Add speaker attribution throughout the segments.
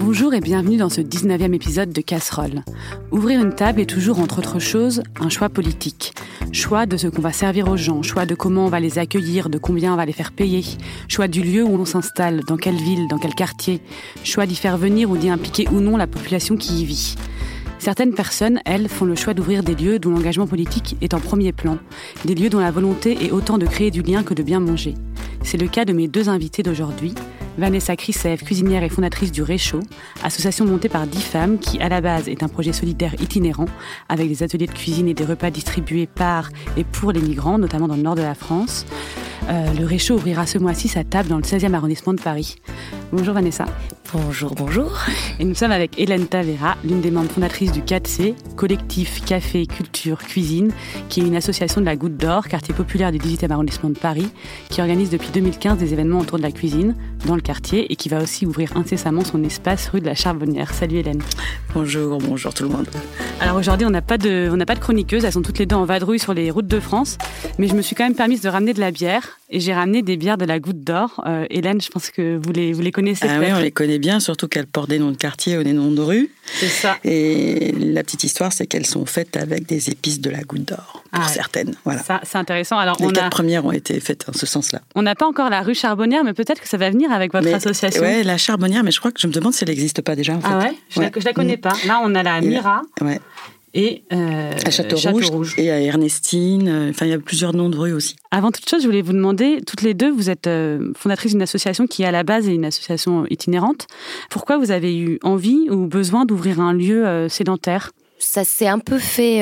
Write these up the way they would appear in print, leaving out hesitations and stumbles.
Speaker 1: Bonjour et bienvenue dans ce 19e épisode de Casserole. Ouvrir une table est toujours, entre autres choses, un choix politique. Choix de ce qu'on va servir aux gens, choix de comment on va les accueillir, de combien on va les faire payer, choix du lieu où l'on s'installe, dans quelle ville, dans quel quartier, choix d'y faire venir ou d'y impliquer ou non la population qui y vit. Certaines personnes, elles, font le choix d'ouvrir des lieux dont l'engagement politique est en premier plan, des lieux dont la volonté est autant de créer du lien que de bien manger. C'est le cas de mes deux invités d'aujourd'hui, Vanessa Krisev, cuisinière et fondatrice du Réchaud, association montée par 10 femmes qui, à la base, est un projet solidaire itinérant avec des ateliers de cuisine et des repas distribués par et pour les migrants, notamment dans le nord de la France. Le Réchaud ouvrira ce mois-ci sa table dans le 16e arrondissement de Paris. Bonjour Vanessa.
Speaker 2: Bonjour, bonjour.
Speaker 1: Et nous sommes avec Hélène Tavera, l'une des membres fondatrices du 4C, collectif Café, Culture, Cuisine, qui est une association de la Goutte d'Or, quartier populaire du 18e arrondissement de Paris, qui organise depuis 2015 des événements autour de la cuisine dans le quartier et qui va aussi ouvrir incessamment son espace rue de la Charbonnière. Salut Hélène.
Speaker 3: Bonjour tout le monde.
Speaker 1: Alors aujourd'hui, on n'a pas de chroniqueuses, elles sont toutes les deux en vadrouille sur les routes de France, mais je me suis quand même permise de ramener de la bière et j'ai ramené des bières de la Goutte d'Or. Hélène, je pense que vous les connaissez peut-être.
Speaker 3: Oui, on les connaît bien, surtout qu'elles portent des noms de quartier ou des noms de rue.
Speaker 1: C'est ça.
Speaker 3: Et la petite histoire, c'est qu'elles sont faites avec des épices de la Goutte d'Or, pour certaines. Voilà.
Speaker 1: Ça, c'est intéressant. Alors,
Speaker 3: les 4 premières ont été faites en ce sens-là.
Speaker 1: On n'a pas encore la rue Charbonnière, mais peut-être que ça va venir avec votre association.
Speaker 3: Oui, la Charbonnière, mais je crois que je me demande si elle n'existe pas déjà. En fait.
Speaker 1: Ah ouais, je la connais pas. Là, on a la Mira.
Speaker 3: Ouais.
Speaker 1: Et
Speaker 3: à Château-Rouge et à Ernestine. Enfin, il y a plusieurs noms de rues aussi.
Speaker 1: Avant toute chose, je voulais vous demander, toutes les deux, vous êtes fondatrices d'une association qui, à la base, est une association itinérante. Pourquoi vous avez eu envie ou besoin d'ouvrir un lieu sédentaire ?
Speaker 2: Ça s'est un peu fait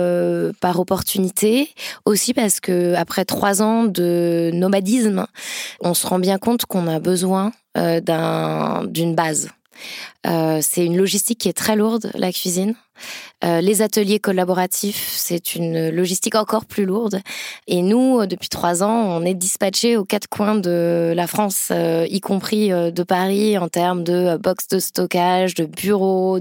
Speaker 2: par opportunité, aussi parce que après 3 ans de nomadisme, on se rend bien compte qu'on a besoin d'une base. C'est une logistique qui est très lourde, la cuisine. Les ateliers collaboratifs, c'est une logistique encore plus lourde. Et nous, depuis 3 ans, on est dispatchés aux 4 coins de la France, y compris de Paris, en termes de box de stockage, de bureaux,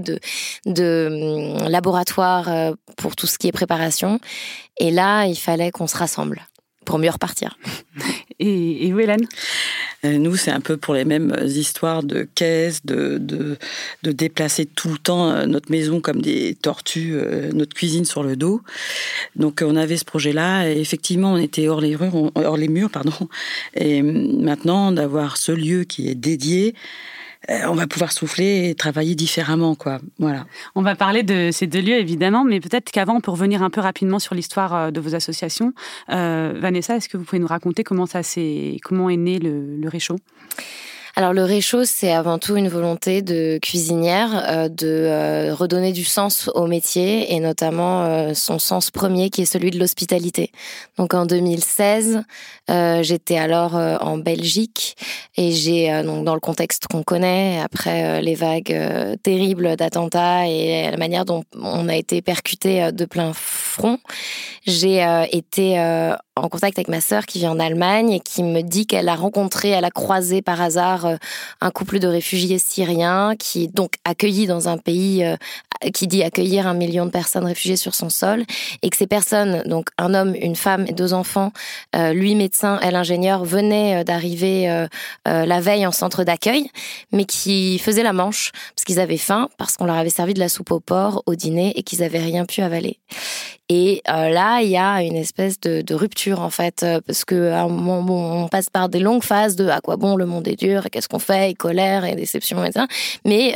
Speaker 2: de laboratoires pour tout ce qui est préparation. Et là, il fallait qu'on se rassemble pour mieux repartir.
Speaker 1: Et vous, Hélène ?
Speaker 3: Nous, c'est un peu pour les mêmes histoires de caisse, de déplacer tout le temps notre maison comme des tortues, notre cuisine sur le dos. Donc, on avait ce projet-là. Et effectivement, on était hors les murs. Et maintenant, d'avoir ce lieu qui est dédié, on va pouvoir souffler et travailler différemment, quoi. Voilà.
Speaker 1: On va parler de ces 2 lieux, évidemment, mais peut-être qu'avant, on peut revenir un peu rapidement sur l'histoire de vos associations. Vanessa, est-ce que vous pouvez nous raconter comment est né le Réchaud ?
Speaker 2: Alors le Réchaud, c'est avant tout une volonté de cuisinière de redonner du sens au métier et notamment son sens premier qui est celui de l'hospitalité. Donc en 2016, j'étais alors en Belgique et j'ai donc dans le contexte qu'on connaît après les vagues terribles d'attentats et la manière dont on a été percuté de plein front, j'ai été en contact avec ma sœur qui vit en Allemagne et qui me dit qu'elle a croisé par hasard un couple de réfugiés syriens qui est donc accueillis dans un pays qui dit accueillir 1 million de personnes réfugiées sur son sol et que ces personnes, donc un homme, une femme et 2 enfants, lui médecin, elle ingénieur, venaient d'arriver la veille en centre d'accueil, mais qui faisaient la manche parce qu'ils avaient faim, parce qu'on leur avait servi de la soupe au porc au dîner et qu'ils n'avaient rien pu avaler. Et là, il y a une espèce de rupture, en fait, parce qu'à un moment, on passe par des longues phases de à quoi bon, le monde est dur, et qu'est-ce qu'on fait, et colère, et déception, et ça. Mais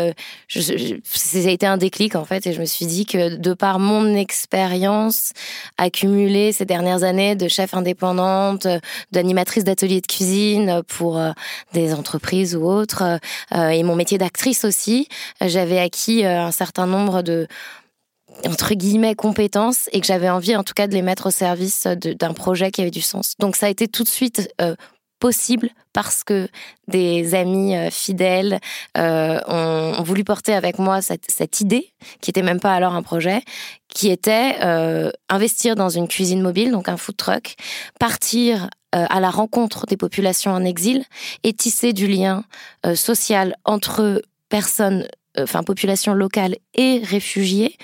Speaker 2: ça a été un déclic, en fait, et je me suis dit que de par mon expérience accumulée ces dernières années de chef indépendante, d'animatrice d'ateliers de cuisine pour des entreprises ou autres, et mon métier d'actrice aussi, j'avais acquis un certain nombre de entre guillemets compétences et que j'avais envie en tout cas de les mettre au service d'un projet qui avait du sens. Donc ça a été tout de suite possible parce que des amis fidèles ont voulu porter avec moi cette idée, qui était même pas alors un projet, qui était investir dans une cuisine mobile, donc un food truck, partir à la rencontre des populations en exil et tisser du lien social entre personnes, population locale et réfugiés,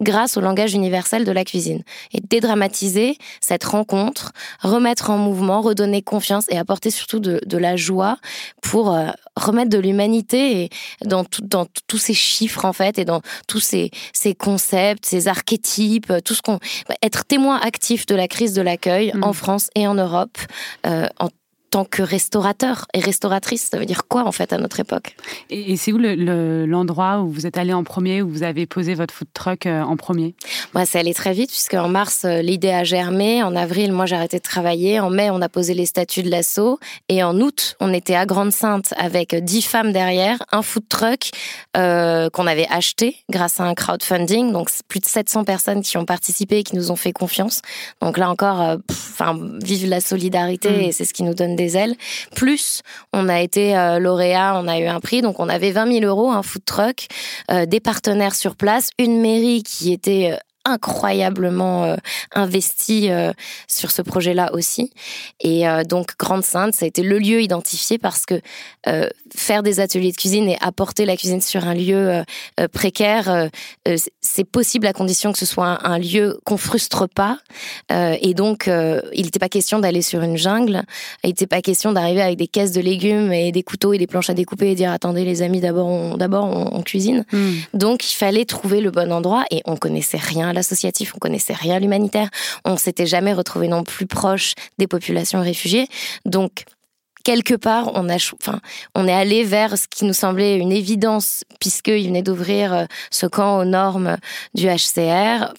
Speaker 2: grâce au langage universel de la cuisine. Et dédramatiser cette rencontre, remettre en mouvement, redonner confiance et apporter surtout de la joie pour remettre de l'humanité dans tous ces chiffres, en fait, et dans tous ces concepts, ces archétypes, tout ce être témoin actif de la crise de l'accueil en France et en Europe, en tant que restaurateur et restauratrice. Ça veut dire quoi, en fait, à notre époque?
Speaker 1: Et c'est où l'endroit où vous êtes allé en premier, où vous avez posé votre food truck en premier?
Speaker 2: C'est allé très vite, puisqu'en mars, l'idée a germé. En avril, moi, j'ai arrêté de travailler. En mai, on a posé les statuts de l'assaut. Et en août, on était à Grande-Synthe avec 10 femmes derrière, un food truck qu'on avait acheté grâce à un crowdfunding. Donc, plus de 700 personnes qui ont participé et qui nous ont fait confiance. Donc là encore, vive la solidarité, et c'est ce qui nous donne des ailes. Plus, on a été lauréat, on a eu un prix, donc on avait 20 000 €, un food truck, des partenaires sur place, une mairie qui était incroyablement investi sur ce projet-là aussi. Et donc, Grande-Synthe, ça a été le lieu identifié parce que faire des ateliers de cuisine et apporter la cuisine sur un lieu précaire, c'est possible à condition que ce soit un lieu qu'on frustre pas. Et donc, il n'était pas question d'aller sur une jungle. Il n'était pas question d'arriver avec des caisses de légumes et des couteaux et des planches à découper et dire « Attendez les amis, d'abord on cuisine ». Donc, il fallait trouver le bon endroit et on connaissait rien à l'associatif, on connaissait rien à l'humanitaire, on s'était jamais retrouvé non plus proche des populations réfugiées. Donc, quelque part, on est allé vers ce qui nous semblait une évidence, puisqu'il venait d'ouvrir ce camp aux normes du HCR.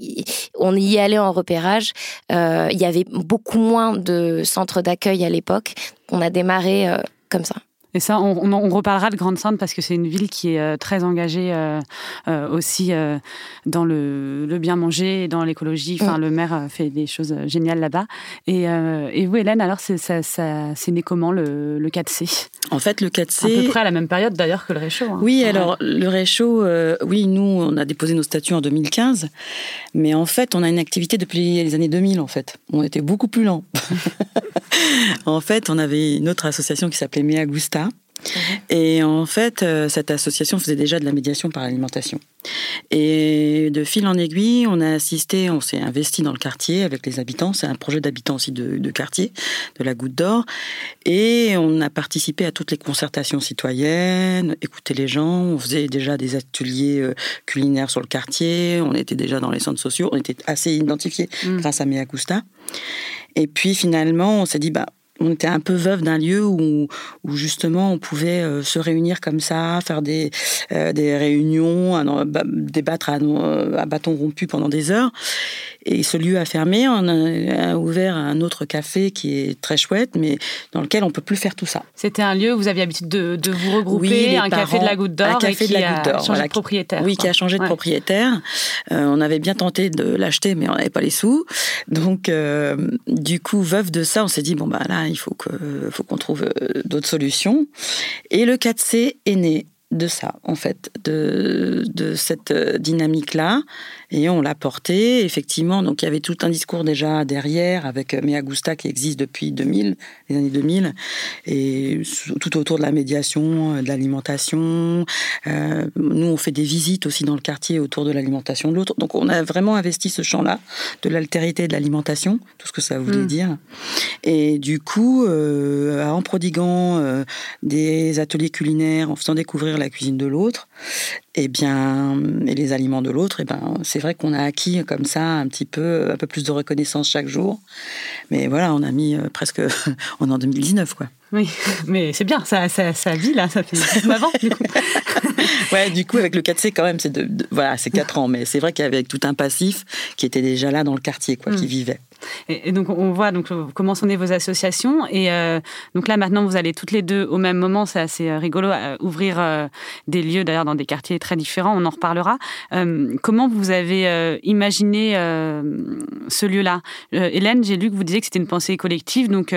Speaker 2: On y allait en repérage. Il y avait beaucoup moins de centres d'accueil à l'époque. On a démarré comme ça.
Speaker 1: Et ça, on reparlera de Grande-Synthe parce que c'est une ville qui est très engagée aussi dans le bien manger et dans l'écologie. Le maire fait des choses géniales là-bas. Et vous, Hélène, alors c'est né comment le 4C?
Speaker 3: En fait, le 4C...
Speaker 1: À peu près à la même période d'ailleurs que le Réchaud.
Speaker 3: Oui, alors le Réchaud, nous, on a déposé nos statuts en 2015. Mais en fait, on a une activité depuis les années 2000, en fait. On était beaucoup plus lents. En fait, on avait une autre association qui s'appelait Mea Gusta. Et en fait, cette association faisait déjà de la médiation par l'alimentation. Et de fil en aiguille, on s'est investi dans le quartier avec les habitants. C'est un projet d'habitants aussi de quartier, de la Goutte d'Or. Et on a participé à toutes les concertations citoyennes, écouté les gens. On faisait déjà des ateliers culinaires sur le quartier. On était déjà dans les centres sociaux. On était assez identifiés grâce à Mea Gusta. Et puis finalement, on s'est dit, on était un peu veuve d'un lieu où justement on pouvait se réunir comme ça, faire des réunions, débattre à bâton rompu pendant des heures. Et ce lieu a fermé. On a ouvert un autre café qui est très chouette, mais dans lequel on peut plus faire tout ça.
Speaker 1: C'était un lieu où vous aviez l'habitude de vous regrouper, café de la Goutte d'Or, qui a changé de propriétaire.
Speaker 3: Oui, qui a changé de propriétaire. On avait bien tenté de l'acheter, mais on n'avait pas les sous. Donc, du coup, veuve de ça, on s'est dit, là, il faut qu'on trouve d'autres solutions. Et le 4C est né de ça, en fait, de cette dynamique-là. Et on l'a porté, effectivement. Donc, il y avait tout un discours déjà derrière, avec Mea Gusta qui existe depuis les années 2000, et tout autour de la médiation, de l'alimentation. Nous, on fait des visites aussi dans le quartier autour de l'alimentation de l'autre. Donc, on a vraiment investi ce champ-là, de l'altérité de l'alimentation, tout ce que ça voulait dire. Et du coup, en prodiguant des ateliers culinaires, en faisant découvrir la cuisine de l'autre, et les aliments de l'autre, c'est vrai qu'on a acquis comme ça un peu plus de reconnaissance chaque jour. Mais voilà, on a mis on est en 2019, quoi.
Speaker 1: Oui, mais c'est bien, ça vit là, ça fait 19 ans du coup.
Speaker 3: Ouais, du coup avec le 4C quand même, c'est 4 ans, mais c'est vrai qu'avec tout un passif qui était déjà là dans le quartier, qui vivait.
Speaker 1: Et donc on voit comment sont nées vos associations, et donc là maintenant vous allez toutes les deux au même moment, c'est assez rigolo, ouvrir des lieux d'ailleurs dans des quartiers très différents, on en reparlera. Comment vous avez imaginé ce lieu-là? Hélène, j'ai lu que vous disiez que c'était une pensée collective, donc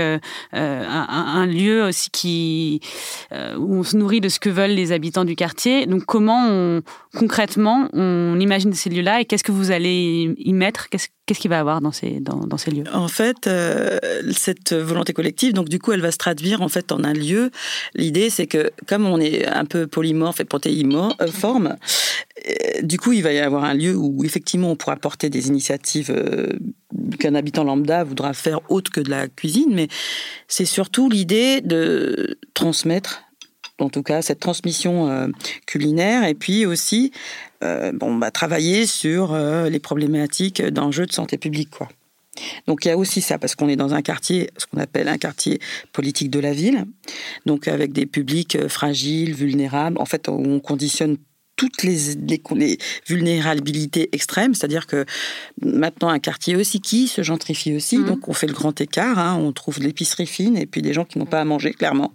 Speaker 1: un lieu aussi où on se nourrit de ce que veulent les habitants du quartier. Donc comment concrètement on imagine ces lieux-là, et qu'est-ce que vous allez y mettre? Qu'est-ce qu'il va y avoir dans dans ces lieux?
Speaker 3: En fait, cette volonté collective, donc du coup, elle va se traduire en fait en un lieu. L'idée, c'est que comme on est un peu polymorphe et protéiforme, du coup, il va y avoir un lieu où effectivement on pourra porter des initiatives qu'un habitant lambda voudra faire autre que de la cuisine, mais c'est surtout l'idée de transmettre, en tout cas cette transmission culinaire, et puis aussi travailler sur les problématiques d'enjeux de santé publique, quoi. Donc il y a aussi ça, parce qu'on est dans un quartier, ce qu'on appelle un quartier politique de la ville, donc avec des publics fragiles, vulnérables, en fait où on conditionne toutes les vulnérabilités extrêmes, c'est-à-dire que maintenant un quartier aussi qui se gentrifie aussi, donc on fait le grand écart, on trouve de l'épicerie fine et puis des gens qui n'ont pas à manger, clairement.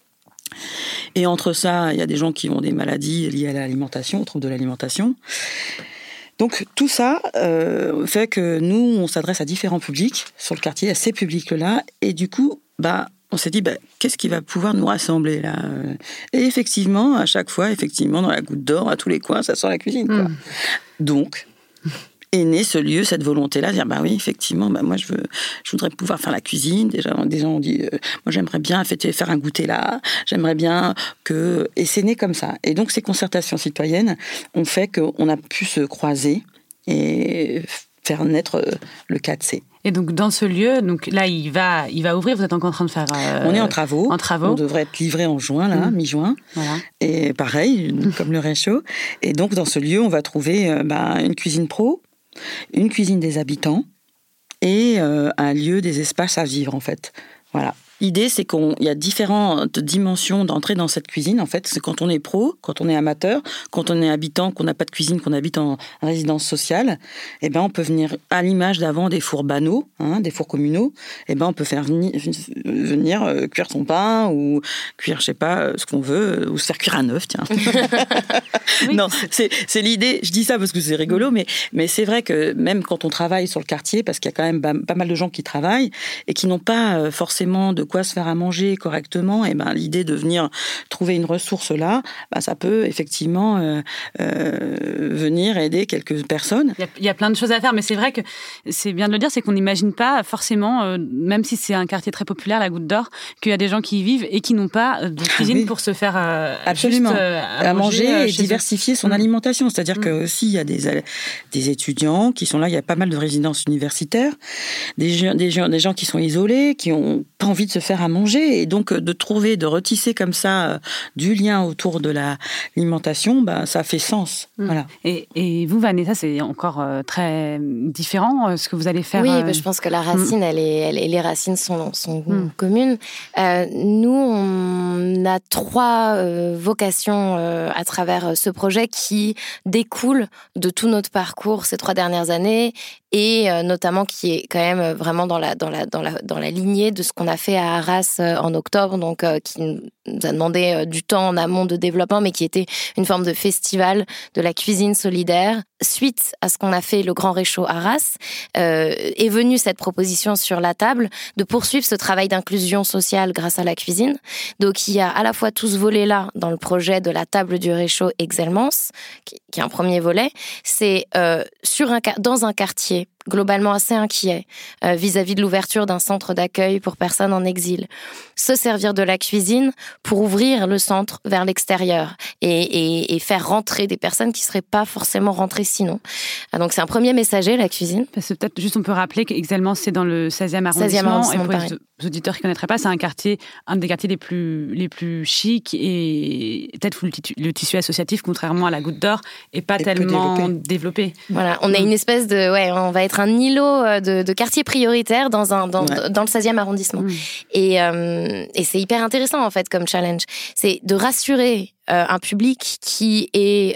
Speaker 3: Et entre ça, il y a des gens qui ont des maladies liées à l'alimentation, aux troubles de l'alimentation. Donc tout ça fait que nous, on s'adresse à différents publics sur le quartier, à ces publics-là, et du coup, on s'est dit, qu'est-ce qui va pouvoir nous rassembler là ? Et effectivement, à chaque fois, dans la Goutte d'Or, à tous les coins, ça sent la cuisine, quoi. Donc, est né ce lieu, cette volonté-là, de dire, oui, effectivement, moi, je voudrais pouvoir faire la cuisine. Déjà, des gens ont dit, moi, j'aimerais bien faire un goûter là, j'aimerais bien que... Et c'est né comme ça. Et donc, ces concertations citoyennes ont fait qu'on a pu se croiser et faire naître le 4C.
Speaker 1: Et donc, dans ce lieu, donc là, il va ouvrir. Vous êtes encore en train de faire...
Speaker 3: On est en travaux. On devrait être livré en juin, mi-juin. Voilà. Et pareil, comme le réchaud. Et donc, dans ce lieu, on va trouver une cuisine pro, une cuisine des habitants et un lieu des espaces à vivre, en fait. Voilà. L'idée, c'est qu'il y a différentes dimensions d'entrée dans cette cuisine. En fait, c'est quand on est pro, quand on est amateur, quand on est habitant, qu'on n'a pas de cuisine, qu'on habite en résidence sociale, on peut venir, à l'image d'avant des fours banaux, des fours communaux, on peut faire venir cuire son pain ou cuire, je sais pas, ce qu'on veut, ou se faire cuire un œuf, tiens. Oui. Non, c'est l'idée. Je dis ça parce que c'est rigolo, mais c'est vrai que même quand on travaille sur le quartier, parce qu'il y a quand même pas mal de gens qui travaillent et qui n'ont pas forcément de quoi se faire à manger correctement, l'idée de venir trouver une ressource là, ça peut effectivement venir aider quelques personnes.
Speaker 1: Il y a plein de choses à faire, mais c'est vrai que c'est bien de le dire, c'est qu'on n'imagine pas forcément, même si c'est un quartier très populaire, la Goutte d'Or, qu'il y a des gens qui y vivent et qui n'ont pas de cuisine pour se faire
Speaker 3: absolument juste, à manger et diversifier son alimentation. C'est-à-dire que aussi il y a des étudiants qui sont là, il y a pas mal de résidences universitaires, des gens qui sont isolés, qui n'ont pas envie de se faire à manger, et donc de retisser comme ça du lien autour de l'alimentation, ça fait sens. Voilà.
Speaker 1: Et vous, Vanessa, c'est encore très différent ce que vous allez faire.
Speaker 2: Oui, je pense que la racine, les racines sont communes. Nous, on a 3 vocations à travers ce projet qui découlent de tout notre parcours ces 3 dernières années, et notamment qui est quand même vraiment dans la lignée de ce qu'on a fait à Arras en octobre, donc qui nous a demandé du temps en amont de développement, mais qui était une forme de festival de la cuisine solidaire. Suite à ce qu'on a fait, le Grand Réchaud Arras, est venue cette proposition sur la table de poursuivre ce travail d'inclusion sociale grâce à la cuisine. Donc il y a à la fois tout ce volet-là dans le projet de la table du Réchaud Excelmance, qui est un premier volet. C'est dans un quartier globalement assez inquiet vis-à-vis de l'ouverture d'un centre d'accueil pour personnes en exil. Se servir de la cuisine pour ouvrir le centre vers l'extérieur et faire rentrer des personnes qui ne seraient pas forcément rentrées sinon. Donc c'est un premier messager, la cuisine.
Speaker 1: Parce que peut-être juste on peut rappeler qu'Excelmance, c'est dans le 16e arrondissement. Et pour les auditeurs qui ne connaîtraient pas, c'est un des quartiers les plus chics, et peut-être le tissu associatif, contrairement à la Goutte d'Or, n'est pas tellement développé.
Speaker 2: Voilà, on a une espèce on va être un îlot de quartiers prioritaires dans le 16e arrondissement. Et c'est hyper intéressant, en fait, comme challenge. C'est de rassurer un public qui est...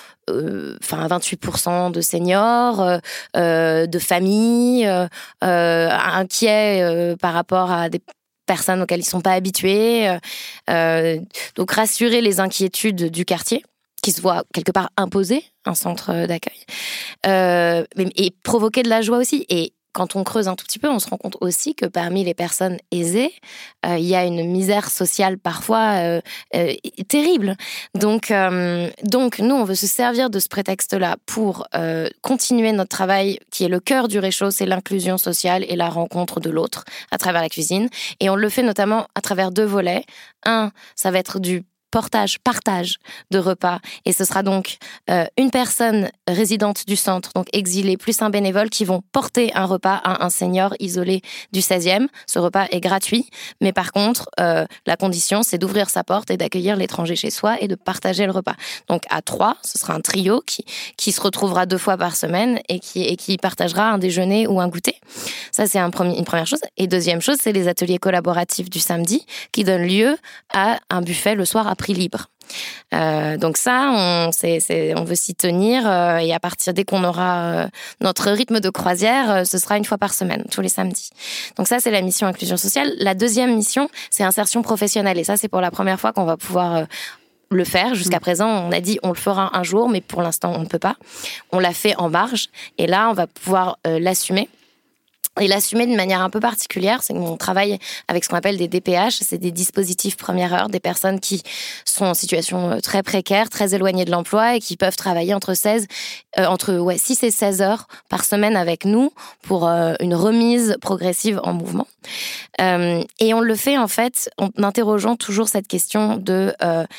Speaker 2: 28% de seniors, de familles, inquiets par rapport à des personnes auxquelles ils ne sont pas habitués. Donc, rassurer les inquiétudes du quartier, qui se voit quelque part imposer un centre d'accueil, et provoquer de la joie aussi. Et quand on creuse un tout petit peu, on se rend compte aussi que parmi les personnes aisées, il y a une misère sociale parfois terrible. Donc, nous, on veut se servir de ce prétexte-là pour continuer notre travail qui est le cœur du Réchaud, c'est l'inclusion sociale et la rencontre de l'autre à travers la cuisine. Et on le fait notamment à travers 2 volets. Un, ça va être du partage de repas. Et ce sera donc une personne résidente du centre, donc exilée, plus un bénévole, qui vont porter un repas à un senior isolé du 16e. Ce repas est gratuit, mais par contre, la condition, c'est d'ouvrir sa porte et d'accueillir l'étranger chez soi et de partager le repas. Donc à 3, ce sera un trio qui se retrouvera 2 fois par semaine et qui partagera un déjeuner ou un goûter. Ça, c'est une première chose. Et deuxième chose, c'est les ateliers collaboratifs du samedi qui donnent lieu à un buffet le soir à prix libre. Donc ça, on veut s'y tenir et à partir dès qu'on aura notre rythme de croisière, ce sera 1 fois par semaine, tous les samedis. Donc ça, c'est la mission inclusion sociale. La deuxième mission, c'est insertion professionnelle et ça, c'est pour la première fois qu'on va pouvoir le faire. Jusqu'à présent, on a dit on le fera un jour, mais pour l'instant, on ne peut pas. On l'a fait en marge et là, on va pouvoir l'assumer. Et l'assumer d'une manière un peu particulière, c'est qu'on travaille avec ce qu'on appelle des DPH, c'est des dispositifs première heure, des personnes qui sont en situation très précaire, très éloignées de l'emploi et qui peuvent travailler entre 6 et 16 heures par semaine avec nous pour une remise progressive en mouvement. Et on le fait en fait en interrogeant toujours cette question de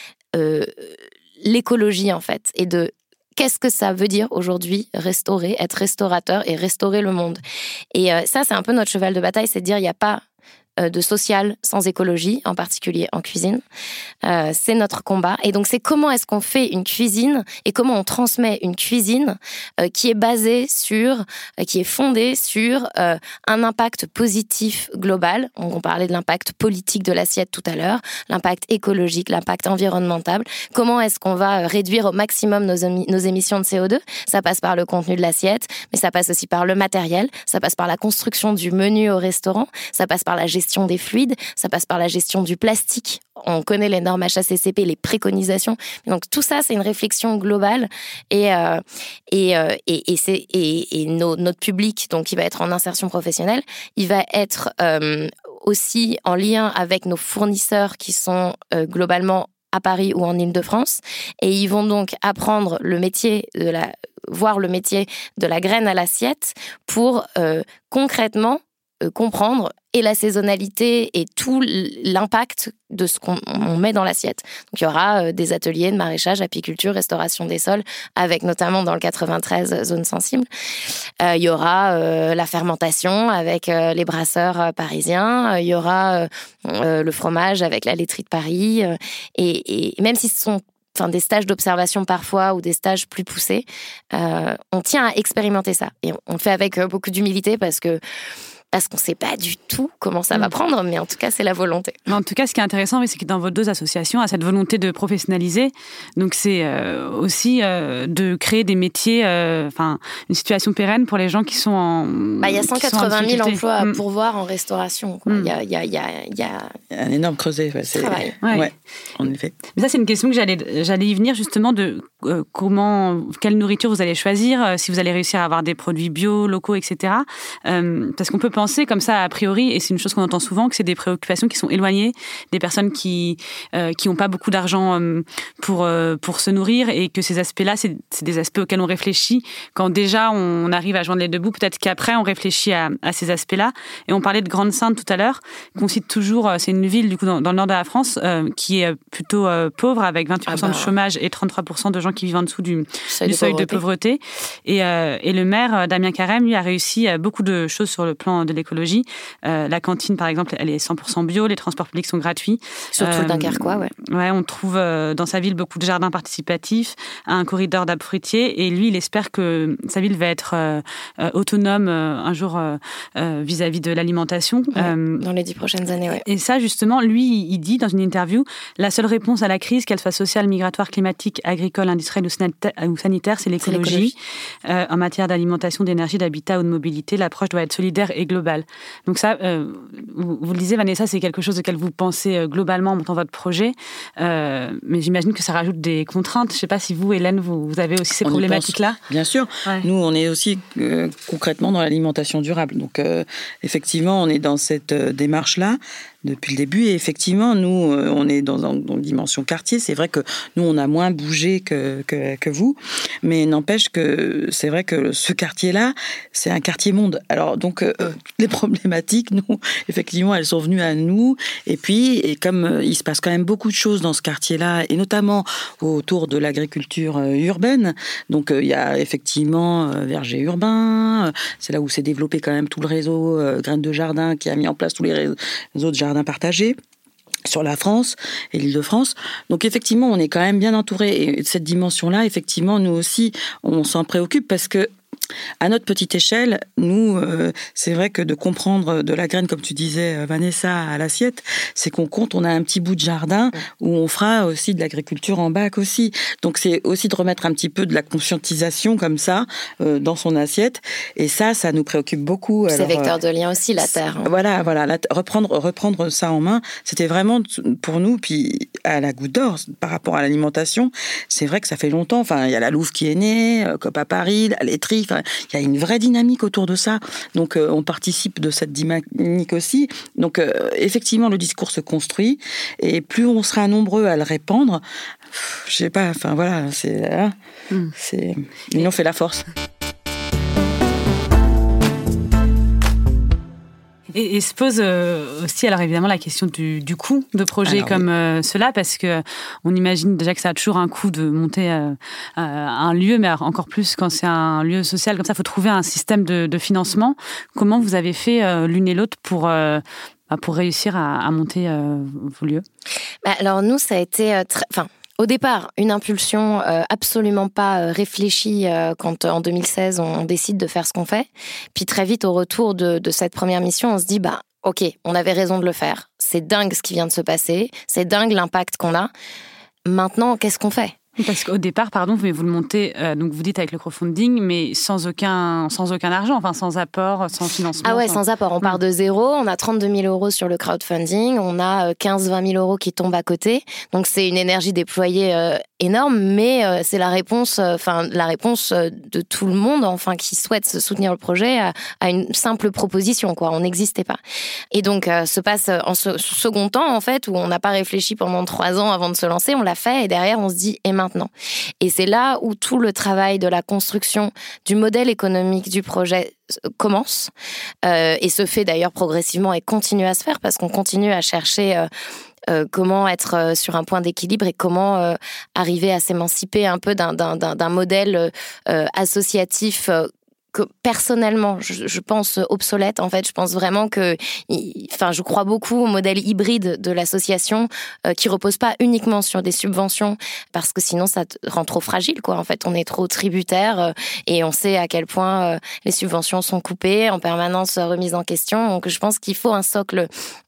Speaker 2: l'écologie en fait et de qu'est-ce que ça veut dire aujourd'hui restaurer, être restaurateur et restaurer le monde. Et ça, c'est un peu notre cheval de bataille, c'est de dire il n'y a pas de social sans écologie, en particulier en cuisine. C'est notre combat. Et donc, c'est comment est-ce qu'on fait une cuisine et comment on transmet une cuisine qui est basée sur, qui est fondée sur un impact positif global. On parlait de l'impact politique de l'assiette tout à l'heure, l'impact écologique, l'impact environnemental. Comment est-ce qu'on va réduire au maximum nos émissions de CO2 ? Ça passe par le contenu de l'assiette, mais ça passe aussi par le matériel, ça passe par la construction du menu au restaurant, ça passe par la gestion des fluides, ça passe par la gestion du plastique. On connaît les normes HACCP, les préconisations. Donc tout ça, c'est une réflexion globale et notre public, donc qui va être en insertion professionnelle, il va être aussi en lien avec nos fournisseurs qui sont globalement à Paris ou en Île-de-France, et ils vont donc apprendre le métier voir le métier de la graine à l'assiette pour concrètement comprendre et la saisonnalité et tout l'impact de ce qu'on met dans l'assiette. Donc il y aura des ateliers de maraîchage, apiculture, restauration des sols, avec notamment dans le 93 zones sensibles. Il y aura la fermentation avec les brasseurs parisiens. Il y aura le fromage avec la laiterie de Paris. Et même si ce sont des stages d'observation parfois ou des stages plus poussés, on tient à expérimenter ça. Et on le fait avec beaucoup d'humilité parce qu'on ne sait pas du tout comment ça va prendre, mais en tout cas, c'est la volonté.
Speaker 1: Mais en tout cas, ce qui est intéressant, c'est que dans vos 2 associations, à cette volonté de professionnaliser, donc c'est aussi de créer des métiers, une situation pérenne pour les gens qui sont en
Speaker 2: il y a 180 000 emplois à pourvoir en restauration. Il y a
Speaker 3: un énorme creuset. C'est
Speaker 2: travail.
Speaker 3: Ouais, en effet.
Speaker 1: Mais ça, c'est une question que j'allais y venir justement de quelle nourriture vous allez choisir, si vous allez réussir à avoir des produits bio, locaux, etc. Parce qu'on peut penser comme ça a priori, et c'est une chose qu'on entend souvent, que c'est des préoccupations qui sont éloignées des personnes qui ont pas beaucoup d'argent pour se nourrir, et que ces aspects-là, c'est des aspects auxquels on réfléchit quand déjà on arrive à joindre les 2 bouts. Peut-être qu'après on réfléchit à ces aspects-là. Et on parlait de Grande-Synthe tout à l'heure, qu'on cite toujours. C'est une ville du coup dans le nord de la France qui est plutôt pauvre, avec 28% de chômage et 33% de gens qui vivent en dessous du seuil de pauvreté. Et le maire Damien Carême, lui, a réussi beaucoup de choses sur le plan de l'écologie. La cantine, par exemple, elle est 100% bio, les transports publics sont gratuits.
Speaker 2: Surtout le Dunkerquois, ouais.
Speaker 1: Ouais, on trouve dans sa ville beaucoup de jardins participatifs, un corridor d'arbres fruitiers, et lui, il espère que sa ville va être autonome un jour vis-à-vis de l'alimentation.
Speaker 2: Dans les 10 prochaines années, ouais.
Speaker 1: Et ça, justement, lui, il dit dans une interview, la seule réponse à la crise, qu'elle soit sociale, migratoire, climatique, agricole, industrielle ou sanitaire, c'est l'écologie. En matière d'alimentation, d'énergie, d'habitat ou de mobilité, l'approche doit être solidaire et globale. Donc ça, vous le disiez, Vanessa, c'est quelque chose auquel vous pensez globalement en montant votre projet. Mais j'imagine que ça rajoute des contraintes. Je ne sais pas si vous, Hélène, vous avez aussi ces problématiques-là.
Speaker 3: Bien sûr. Ouais. Nous, on est aussi concrètement dans l'alimentation durable. Donc, effectivement, on est dans cette démarche-là depuis le début. Et effectivement, nous, on est dans une dimension quartier. C'est vrai que nous, on a moins bougé que vous. Mais n'empêche que c'est vrai que ce quartier-là, c'est un quartier monde. Alors, donc, les problématiques, nous, effectivement, elles sont venues à nous. Et puis, et comme il se passe quand même beaucoup de choses dans ce quartier-là, et notamment autour de l'agriculture urbaine. Donc, il y a effectivement verger urbain. C'est là où s'est développé quand même tout le réseau Graines de Jardin qui a mis en place tous les réseaux de jardins partagés sur la France et l'Île-de-France. Donc effectivement, on est quand même bien entouré. Et cette dimension-là, effectivement, nous aussi, on s'en préoccupe parce que à notre petite échelle, nous, c'est vrai que de comprendre de la graine, comme tu disais, Vanessa, à l'assiette, c'est qu'on compte, on a un petit bout de jardin où on fera aussi de l'agriculture en bac aussi. Donc c'est aussi de remettre un petit peu de la conscientisation comme ça dans son assiette. Et ça nous préoccupe beaucoup.
Speaker 2: C'est vecteur de lien aussi, la terre. Hein.
Speaker 3: Voilà, reprendre ça en main, c'était vraiment pour nous, puis à la Goutte d'Or, par rapport à l'alimentation, c'est vrai que ça fait longtemps. Enfin, il y a la Louve qui est née, COP à Paris, la laiterie. Enfin, il y a une vraie dynamique autour de ça. Donc, on participe de cette dynamique aussi. Donc, effectivement, le discours se construit. Et plus on sera nombreux à le répandre, je sais pas, enfin voilà, l'union fait la force.
Speaker 1: Et se pose aussi, alors évidemment, la question du coût de projets cela, parce que on imagine déjà que ça a toujours un coût de monter un lieu, mais encore plus quand c'est un lieu social comme ça, il faut trouver un système de financement. Comment vous avez fait l'une et l'autre pour réussir à monter vos lieux ?
Speaker 2: Alors nous, ça a été au départ, une impulsion absolument pas réfléchie quand en 2016 on décide de faire ce qu'on fait. Puis très vite au retour de cette première mission, on se dit ok, on avait raison de le faire. C'est dingue ce qui vient de se passer, c'est dingue l'impact qu'on a. Maintenant, qu'est-ce qu'on fait ?
Speaker 1: Parce qu'au départ, vous le montez, donc vous dites avec le crowdfunding, mais sans aucun argent, enfin sans apport, sans financement.
Speaker 2: Ah ouais, sans apport. On part de zéro, on a 32 000 euros sur le crowdfunding, on a 15-20 000 euros qui tombent à côté. Donc c'est une énergie déployée énorme, mais c'est la réponse de tout le monde, qui souhaite soutenir le projet à une simple proposition, quoi. On n'existait pas. Et donc se passe en second temps, en fait, où on n'a pas réfléchi pendant 3 ans avant de se lancer, on l'a fait et derrière on se dit et maintenant. Et c'est là où tout le travail de la construction du modèle économique du projet commence et se fait d'ailleurs progressivement et continue à se faire parce qu'on continue à chercher comment être sur un point d'équilibre et comment arriver à s'émanciper un peu d'un modèle associatif que personnellement, je pense obsolète. En fait, je pense vraiment je crois beaucoup au modèle hybride de l'association qui repose pas uniquement sur des subventions parce que sinon ça te rend trop fragile, quoi. En fait, on est trop tributaire et on sait à quel point les subventions sont coupées, en permanence remises en question. Donc, je pense qu'il faut un socle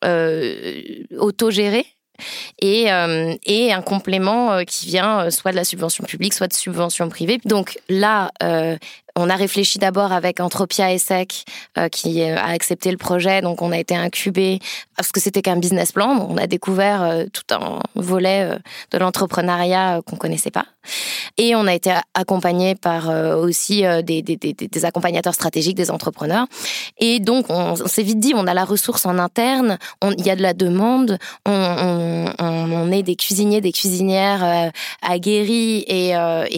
Speaker 2: autogéré. Et un complément qui vient soit de la subvention publique, soit de subvention privée. Donc là, on a réfléchi d'abord avec Entropia ESSEC qui a accepté le projet. Donc on a été incubé parce que c'était qu'un business plan. On a découvert tout un volet de l'entrepreneuriat qu'on connaissait pas. Et on a été accompagné par aussi des accompagnateurs stratégiques, des entrepreneurs. Et donc on s'est vite dit, on a la ressource en interne, il y a de la demande, on est des cuisiniers, des cuisinières aguerris et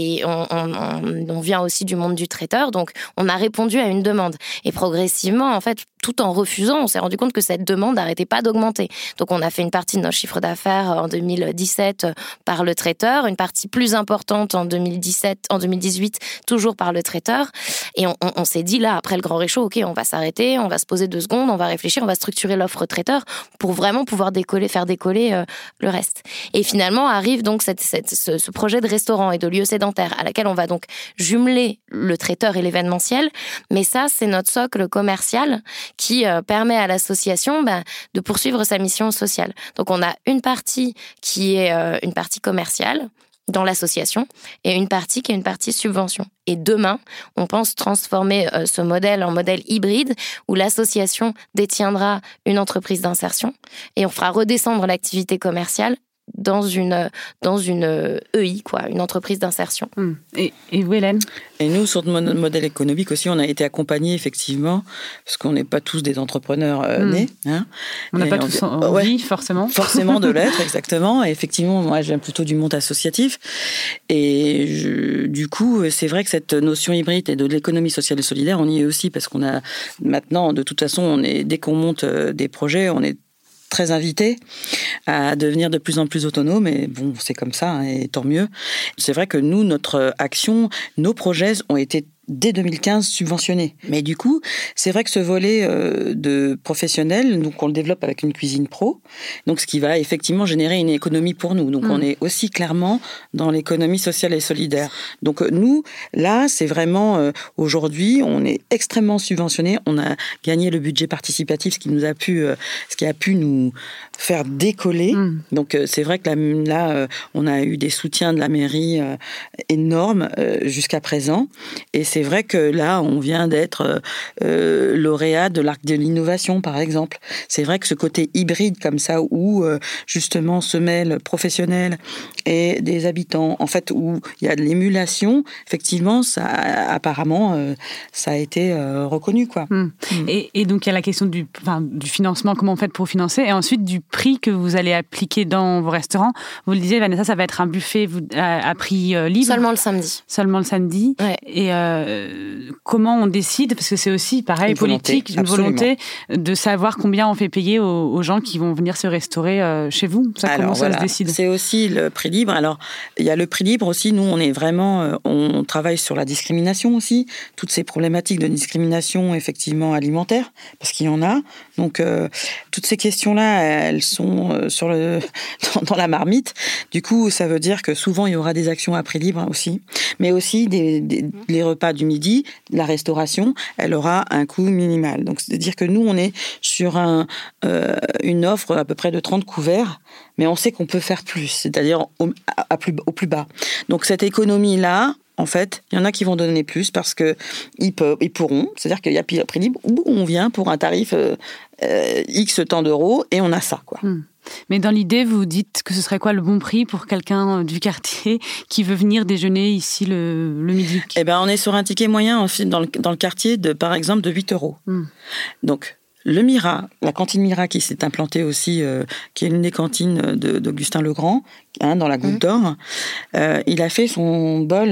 Speaker 2: on vient aussi du monde du traiteur. Donc, on a répondu à une demande. Et progressivement, en fait, tout en refusant, on s'est rendu compte que cette demande n'arrêtait pas d'augmenter. Donc, on a fait une partie de notre chiffre d'affaires en 2017 par le traiteur, une partie plus importante en 2018, toujours par le traiteur. Et on s'est dit, là, après le grand réchaud, OK, on va s'arrêter, on va se poser 2 secondes, on va réfléchir, on va structurer l'offre traiteur pour vraiment pouvoir faire décoller le reste. Et finalement, arrive donc ce projet de restaurant et de lieu sédentaire à laquelle on va donc jumeler le traiteur et l'événementiel. Mais ça, c'est notre socle commercial qui permet à l'association de poursuivre sa mission sociale. Donc, on a une partie qui est une partie commerciale, dans l'association et une partie qui est une partie subvention. Et demain, on pense transformer ce modèle en modèle hybride où l'association détiendra une entreprise d'insertion et on fera redescendre l'activité commerciale dans une EI, quoi, une entreprise d'insertion.
Speaker 1: Et vous, Hélène ?
Speaker 3: Et nous, sur notre modèle économique aussi, on a été accompagnés, effectivement, parce qu'on n'est pas tous des entrepreneurs nés. Hein,
Speaker 1: on n'a pas tous envie, forcément.
Speaker 3: Forcément de l'être, exactement. Et effectivement, moi, j'aime plutôt du monde associatif. Et du coup, c'est vrai que cette notion hybride et de l'économie sociale et solidaire, on y est aussi, parce qu'on a maintenant, de toute façon, dès qu'on monte des projets, on est très invités à devenir de plus en plus autonomes, et bon, c'est comme ça, hein, et tant mieux. C'est vrai que nous, notre action, nos projets ont été dès 2015 subventionnés. Mais du coup, c'est vrai que ce volet de professionnel, donc on le développe avec une cuisine pro, donc ce qui va effectivement générer une économie pour nous. Donc on est aussi clairement dans l'économie sociale et solidaire. Donc nous, là, c'est vraiment aujourd'hui, on est extrêmement subventionné. On a gagné le budget participatif, ce qui a pu nous faire décoller. Donc c'est vrai que là, on a eu des soutiens de la mairie énormes jusqu'à présent. Et c'est vrai que là, on vient d'être lauréat de l'Arc de l'innovation, par exemple. C'est vrai que ce côté hybride comme ça, où justement se mêlent professionnels et des habitants, en fait, où il y a de l'émulation, effectivement, ça, apparemment, ça a été reconnu, quoi.
Speaker 1: Et donc, il y a la question du financement, comment on fait pour financer, et ensuite du prix que vous allez appliquer dans vos restaurants. Vous le disiez, Vanessa, ça va être un buffet à prix libre.
Speaker 2: Seulement le samedi.
Speaker 1: Seulement le samedi.
Speaker 2: Ouais.
Speaker 1: Et comment on décide, parce que c'est aussi pareil, politique, une volonté de savoir combien on fait payer aux gens qui vont venir se restaurer chez vous. Comment ça se décide ?
Speaker 3: C'est aussi le prix libre. Alors, il y a le prix libre aussi. Nous, on est vraiment, on travaille sur la discrimination aussi, toutes ces problématiques de discrimination effectivement alimentaire, parce qu'il y en a. Donc, toutes ces questions-là, elles sont dans la marmite. Du coup, ça veut dire que souvent, il y aura des actions à prix libre aussi, mais aussi les repas du midi, la restauration, elle aura un coût minimal. Donc, c'est-à-dire que nous, on est sur une offre à peu près de 30 couverts, mais on sait qu'on peut faire plus, c'est-à-dire au plus bas. Donc, cette économie-là, en fait, il y en a qui vont donner plus parce qu'ils pourront, c'est-à-dire qu'il y a prix libre où on vient pour un tarif X tant d'euros et on a ça, quoi.
Speaker 1: Mais dans l'idée, vous dites que ce serait quoi le bon prix pour quelqu'un du quartier qui veut venir déjeuner ici le midi ?
Speaker 3: Eh ben, on est sur un ticket moyen dans le quartier, par exemple, de 8 euros. Donc, le Mira, la cantine Mira qui s'est implantée aussi, qui est une des cantines d'Augustin Legrand, dans la Goutte d'Or, il a fait son bol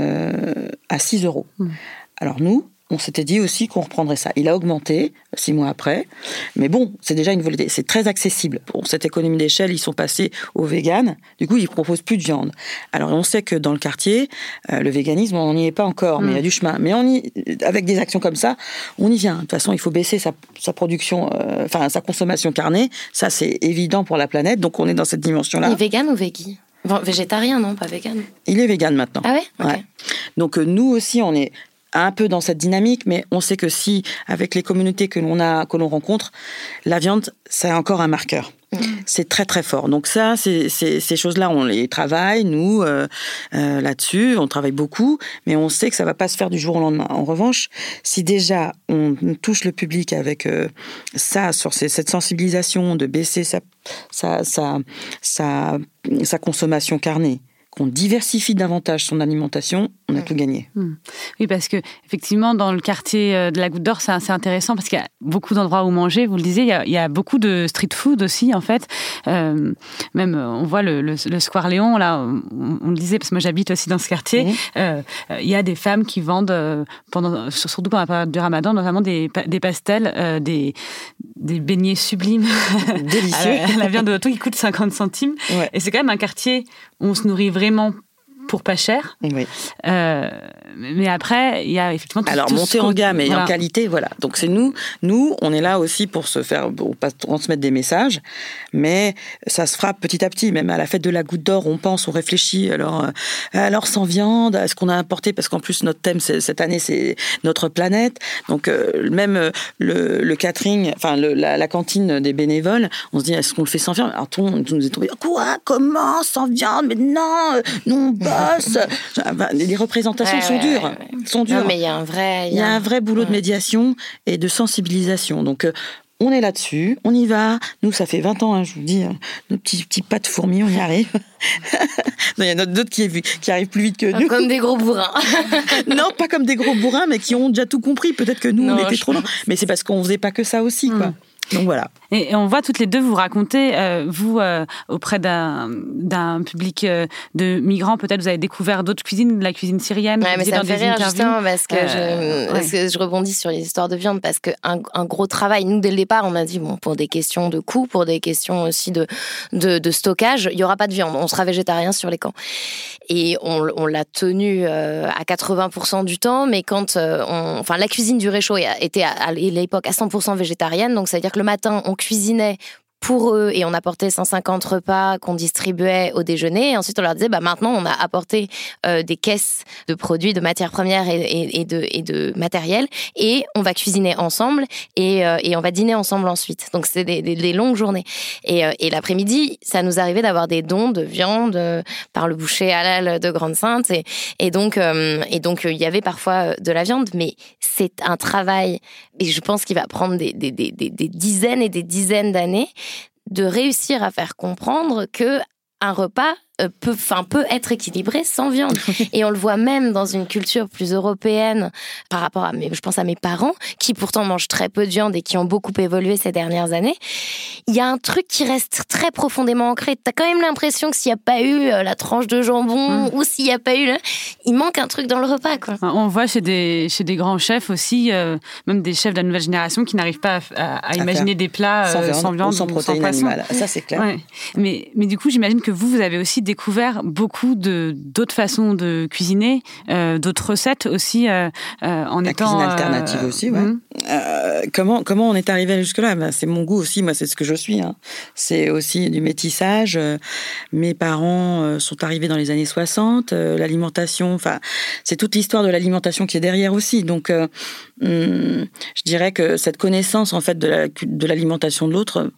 Speaker 3: à 6 euros. Alors nous, on s'était dit aussi qu'on reprendrait ça. Il a augmenté 6 mois après, mais bon, c'est déjà une volonté. C'est très accessible. Pour cette économie d'échelle, ils sont passés au vegan. Du coup, ils proposent plus de viande. Alors, on sait que dans le quartier, le véganisme, on n'y est pas encore, mais il y a du chemin. Mais avec des actions comme ça, on y vient. De toute façon, il faut baisser sa production, sa consommation carnée. Ça, c'est évident pour la planète. Donc, on est dans cette dimension-là.
Speaker 2: Il est vegan ou végé ? Végétarien, non, pas vegan.
Speaker 3: Il est vegan maintenant.
Speaker 2: Ah ouais, okay.
Speaker 3: Ouais. Donc, nous aussi, on est un peu dans cette dynamique, mais on sait que si, avec les communautés que l'on rencontre, la viande, c'est encore un marqueur. C'est très très fort. Donc ça, ces choses-là, on les travaille, nous, là-dessus, on travaille beaucoup, mais on sait que ça va pas se faire du jour au lendemain. En revanche, si déjà on touche le public avec ça, sur cette sensibilisation de baisser sa consommation carnée, qu'on diversifie davantage son alimentation, on a tout gagné.
Speaker 1: Oui, parce que effectivement, dans le quartier de la Goutte d'Or, c'est assez intéressant parce qu'il y a beaucoup d'endroits où manger. Vous le disiez, il y a beaucoup de street food aussi, en fait. Même, on voit le Square Léon, là, on le disait, parce que moi j'habite aussi dans ce quartier. Il y a des femmes qui vendent, surtout pendant la période du Ramadan, notamment des pastels, des beignets sublimes.
Speaker 3: Délicieux.
Speaker 1: La viande de thon qui coûte 50 centimes. Ouais. Et c'est quand même un quartier où on se nourrit vraiment pour pas cher.
Speaker 3: Oui.
Speaker 1: Mais après, il y a effectivement...
Speaker 3: Alors, monter en gamme et en qualité, voilà. Donc, c'est nous, on est là aussi pour pas transmettre des messages, mais ça se fera petit à petit. Même à la fête de la Goutte d'Or, on réfléchit. Alors sans viande, est-ce qu'on a importé? Parce qu'en plus, notre thème, cette année, c'est notre planète. Donc, même le catering, enfin, la cantine des bénévoles, on se dit, est-ce qu'on le fait sans viande? Alors, tout le monde nous est tombé, quoi? Comment? Sans viande? Mais non, nous, on bosse. Les représentations sont dures. Sont dures.
Speaker 2: Non, mais il y a un vrai
Speaker 3: boulot de médiation et de sensibilisation. Donc, on est là-dessus, on y va. Nous, ça fait 20 ans, hein, je vous dis, nos petits pas de fourmis, on y arrive. Il y en a d'autres qui arrivent plus vite que nous.
Speaker 2: Comme des gros bourrins.
Speaker 3: Non, pas comme des gros bourrins, mais qui ont déjà tout compris. Peut-être que nous, on était trop lents. Mais c'est parce qu'on faisait pas que ça aussi, quoi. Donc voilà.
Speaker 1: Et on voit toutes les deux vous raconter, auprès d'un public de migrants, peut-être vous avez découvert d'autres cuisines, la cuisine syrienne.
Speaker 2: Ouais, mais ça me fait rire justement parce que je rebondis sur les histoires de viande parce qu'un gros travail, nous dès le départ, on a dit pour des questions de coût, pour des questions aussi de stockage, il n'y aura pas de viande, on sera végétarien sur les camps. Et on l'a tenu à 80% du temps, mais quand la cuisine du réchaud était à l'époque à 100% végétarienne, donc ça veut dire que le matin, on cuisinait pour eux et on apportait 150 repas qu'on distribuait au déjeuner. Et ensuite, on leur disait, maintenant, on a apporté des caisses de produits, de matières premières et de matériel et on va cuisiner ensemble et on va dîner ensemble ensuite. Donc, c'est des longues journées. Et l'après-midi, ça nous arrivait d'avoir des dons de viande par le boucher halal de Grande-Synthe. Et donc, il y avait parfois de la viande, mais c'est un travail, et je pense qu'il va prendre des dizaines et des dizaines d'années de réussir à faire comprendre que un repas peut être équilibré sans viande. Et on le voit même dans une culture plus européenne par rapport je pense à mes parents, qui pourtant mangent très peu de viande et qui ont beaucoup évolué ces dernières années. Il y a un truc qui reste très profondément ancré. T'as quand même l'impression que s'il n'y a pas eu la tranche de jambon ou s'il n'y a pas eu... il manque un truc dans le repas, quoi.
Speaker 1: On voit chez des grands chefs aussi, même des chefs de la nouvelle génération qui n'arrient pas à imaginer des plats sans viande ou sans protéines animales.
Speaker 3: Ça, c'est clair.
Speaker 1: Ouais. Mais du coup, j'imagine que vous avez aussi découvert beaucoup d'autres façons de cuisiner, d'autres recettes aussi, en
Speaker 3: la
Speaker 1: étant...
Speaker 3: cuisine alternative aussi, ouais. Comment on est arrivé jusque-là? C'est mon goût aussi, moi, c'est ce que je suis. Hein. C'est aussi du métissage. Mes parents sont arrivés dans les années 60. L'alimentation, c'est toute l'histoire de l'alimentation qui est derrière aussi. Donc, je dirais que cette connaissance, en fait, de l'alimentation de l'autre,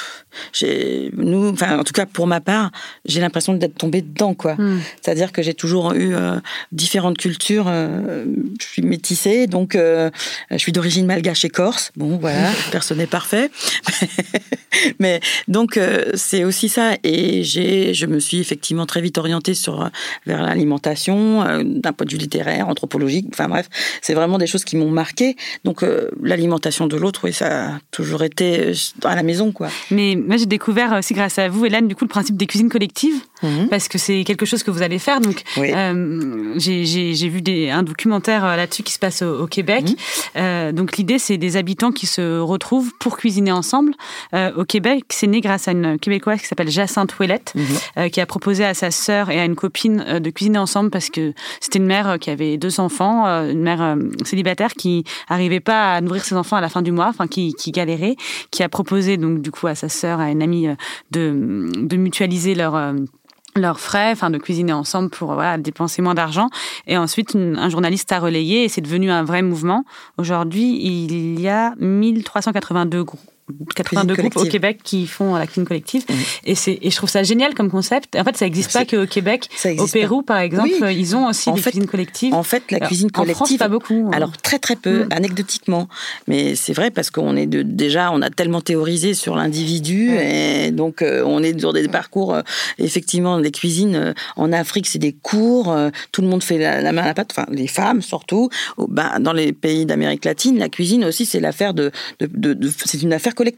Speaker 3: en tout cas, pour ma part, j'ai l'impression d'être tombée dedans, quoi. C'est-à-dire que j'ai toujours eu différentes cultures. Je suis métissée, donc je suis d'origine malgache et corse. Bon, voilà, personne n'est parfait. Mais donc, c'est aussi ça. Et je me suis effectivement très vite orientée vers l'alimentation, d'un point de vue littéraire, anthropologique. Enfin bref, c'est vraiment des choses qui m'ont marquée. Donc, l'alimentation de l'autre, oui, ça a toujours été à la maison, quoi.
Speaker 1: Mais moi, j'ai découvert aussi grâce à vous, Hélène, du coup, le principe des cuisines collectives, parce que c'est quelque chose que vous allez faire. Donc, oui. J'ai vu un documentaire là-dessus qui se passe au Québec. Donc, l'idée, c'est des habitants qui se retrouvent pour cuisiner ensemble. Au Québec, c'est né grâce à une Québécoise qui s'appelle Jacinthe Ouellette, qui a proposé à sa sœur et à une copine de cuisiner ensemble parce que c'était une mère qui avait 2 enfants, une mère célibataire qui n'arrivait pas à nourrir ses enfants à la fin du mois, qui galérait, qui a proposé donc du coup à sa sœur, à une amie, de mutualiser leurs frais, de cuisiner ensemble pour dépenser moins d'argent. Et ensuite, un journaliste a relayé et c'est devenu un vrai mouvement. Aujourd'hui, il y a 1382 groupes. 82 groupes au Québec qui font la cuisine collective. Et je trouve ça génial comme concept. En fait, ça n'existe pas qu'au Québec. Au Pérou, par exemple, ils ont aussi des cuisines collectives.
Speaker 3: En fait, la cuisine collective...
Speaker 1: En France, pas beaucoup.
Speaker 3: Alors, très très peu, anecdotiquement. Mais c'est vrai parce qu'on est déjà, on a tellement théorisé sur l'individu et donc on est sur des parcours, effectivement, les cuisines en Afrique, c'est des cours, tout le monde fait la main à la pâte, les femmes surtout. Dans les pays d'Amérique latine, la cuisine aussi, c'est l'affaire c'est une affaire collective.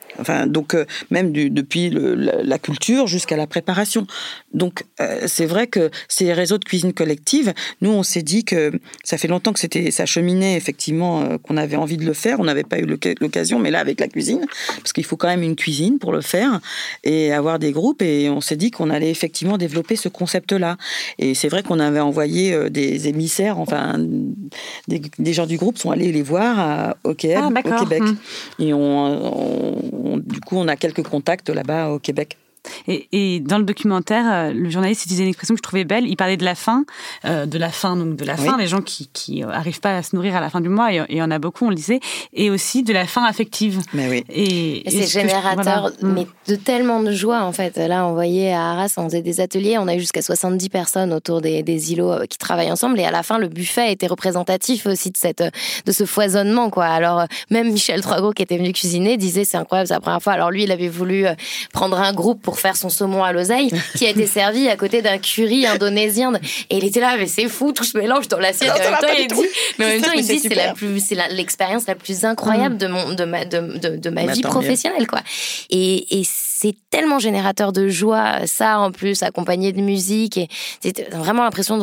Speaker 3: Enfin, donc, même depuis la culture jusqu'à la préparation. Donc, c'est vrai que ces réseaux de cuisine collective, nous, on s'est dit que ça fait longtemps que ça cheminait, effectivement, qu'on avait envie de le faire. On n'avait pas eu l'occasion, mais là, avec la cuisine, parce qu'il faut quand même une cuisine pour le faire et avoir des groupes. Et on s'est dit qu'on allait effectivement développer ce concept-là. Et c'est vrai qu'on avait envoyé des émissaires, enfin, des gens du groupe sont allés les voir au Québec. Et du coup, on a quelques contacts là-bas au Québec.
Speaker 1: Et dans le documentaire, le journaliste utilisait une expression que je trouvais belle. Il parlait de la faim, les gens qui arrivent pas à se nourrir à la fin du mois, et il y en a beaucoup, on le disait, et aussi de la faim affective.
Speaker 3: Mais oui.
Speaker 2: Et c'est générateur, mais de tellement de joie, en fait. Là, on voyait à Arras, on faisait des ateliers, on a eu jusqu'à 70 personnes autour des îlots qui travaillent ensemble, et à la fin, le buffet était représentatif aussi de ce foisonnement, quoi. Alors, même Michel Troisgros, qui était venu cuisiner, disait, c'est incroyable, c'est la première fois. Alors lui, il avait voulu prendre un groupe pour faire son saumon à l'oseille, qui a été servi à côté d'un curry indonésien. Et il était là, mais c'est fou, tout se mélange dans l'assiette. En même temps, il dit, c'est l'expérience la plus incroyable de ma vie professionnelle, quoi. Et c'est tellement générateur de joie, ça, en plus, accompagné de musique. Et c'est vraiment l'impression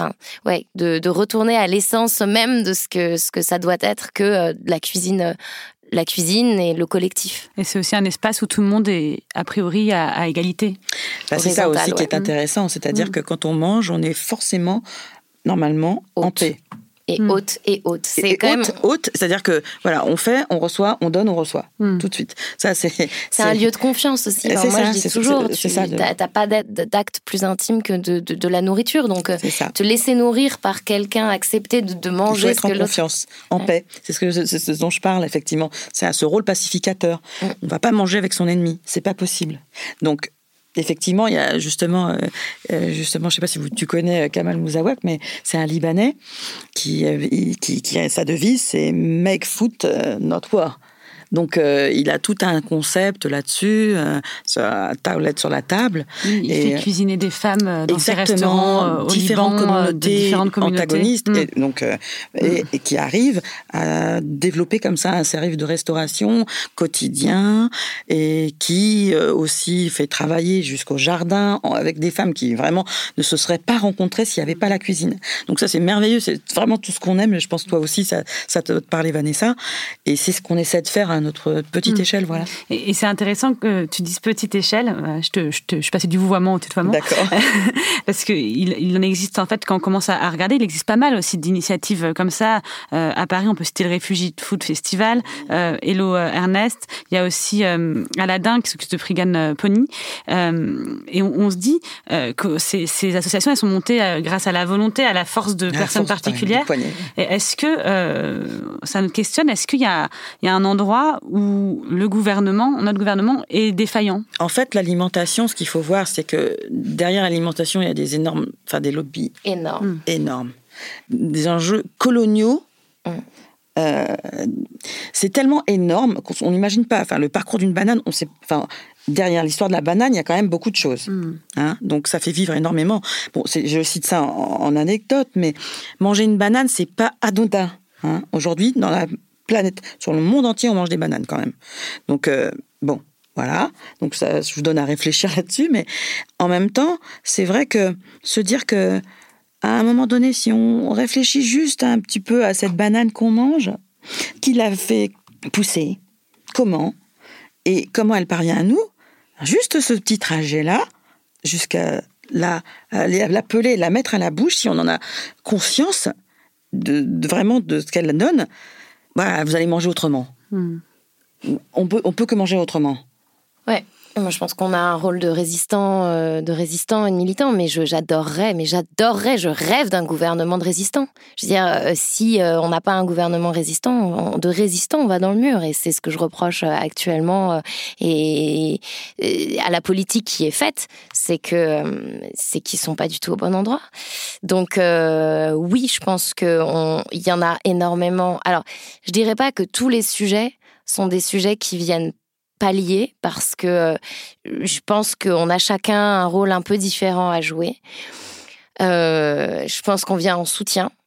Speaker 2: de retourner à l'essence même de ce que ça doit être que la cuisine et le collectif.
Speaker 1: Et c'est aussi un espace où tout le monde est, a priori, à égalité.
Speaker 3: C'est ça aussi qui est intéressant. C'est-à-dire que quand on mange, on est forcément, normalement, en paix.
Speaker 2: Et haute. C'est quand même
Speaker 3: haute, c'est-à-dire que voilà, on fait, on reçoit, on donne, on reçoit tout de suite. Ça c'est un
Speaker 2: lieu de confiance aussi. Alors moi je dis toujours, t'as pas d'acte plus intime que de la nourriture, donc te laisser nourrir par quelqu'un, accepter de manger
Speaker 3: ce que l'autre. En confiance, en paix. C'est ce dont je parle effectivement. C'est à ce rôle pacificateur. On va pas manger avec son ennemi, c'est pas possible. Donc effectivement, il y a justement, je sais pas si tu connais Kamal Mouzawak, mais c'est un Libanais qui a sa devise, c'est Make food not war. Donc, il a tout un concept là-dessus, sur la table.
Speaker 1: Il fait cuisiner des femmes dans ses restaurants au Liban, différentes communautés
Speaker 3: antagonistes, et qui arrivent à développer comme ça un service de restauration quotidien, et qui aussi fait travailler jusqu'au jardin avec des femmes qui vraiment ne se seraient pas rencontrées s'il n'y avait pas la cuisine. Donc ça, c'est merveilleux, c'est vraiment tout ce qu'on aime. Je pense que toi aussi, ça te parlait, Vanessa, et c'est ce qu'on essaie de faire à notre petite échelle, voilà.
Speaker 1: Et c'est intéressant que tu dises petite échelle. Je suis passée du vouvoiement au tutoiement.
Speaker 3: D'accord.
Speaker 1: Parce qu'il en existe, en fait, quand on commence à regarder, il existe pas mal aussi d'initiatives comme ça. À Paris, on peut citer le Refugee Food Festival, Hello Ernest. Il y a aussi Aladdin qui s'occupe de Frigan Pony. Et on se dit que ces associations, elles sont montées grâce à la volonté, à la force de personnes particulières. Et est-ce que, ça nous questionne, est-ce qu'il y a un endroit où notre gouvernement est défaillant?
Speaker 3: En fait, l'alimentation, ce qu'il faut voir, c'est que derrière l'alimentation, il y a des lobbies énormes. Des enjeux coloniaux. C'est tellement énorme qu'on n'imagine pas. Enfin, le parcours d'une banane, derrière l'histoire de la banane, il y a quand même beaucoup de choses. Donc, ça fait vivre énormément. Bon, je cite ça en anecdote, mais manger une banane, c'est pas anodin. Aujourd'hui, dans la planète, sur le monde entier, on mange des bananes quand même. Donc, voilà. Donc, ça, je vous donne à réfléchir là-dessus. Mais en même temps, c'est vrai que se dire que à un moment donné, si on réfléchit juste un petit peu à cette banane qu'on mange, qui l'a fait pousser, comment, et comment elle parvient à nous, juste ce petit trajet-là, jusqu'à l'appeler, la mettre à la bouche, si on en a conscience vraiment de ce qu'elle donne, vous allez manger autrement. On peut que manger autrement.
Speaker 2: Ouais. Moi, je pense qu'on a un rôle de résistant et de militant, mais j'adorerais, je rêve d'un gouvernement de résistants. Je veux dire, si on n'a pas un gouvernement de résistants, on va dans le mur, et c'est ce que je reproche actuellement et à la politique qui est faite, c'est qu'ils sont pas du tout au bon endroit. Donc oui, je pense que il y en a énormément. Alors, je dirais pas que tous les sujets sont des sujets qui viennent pallier, parce que je pense qu'on a chacun un rôle un peu différent à jouer. Je pense qu'on vient en soutien.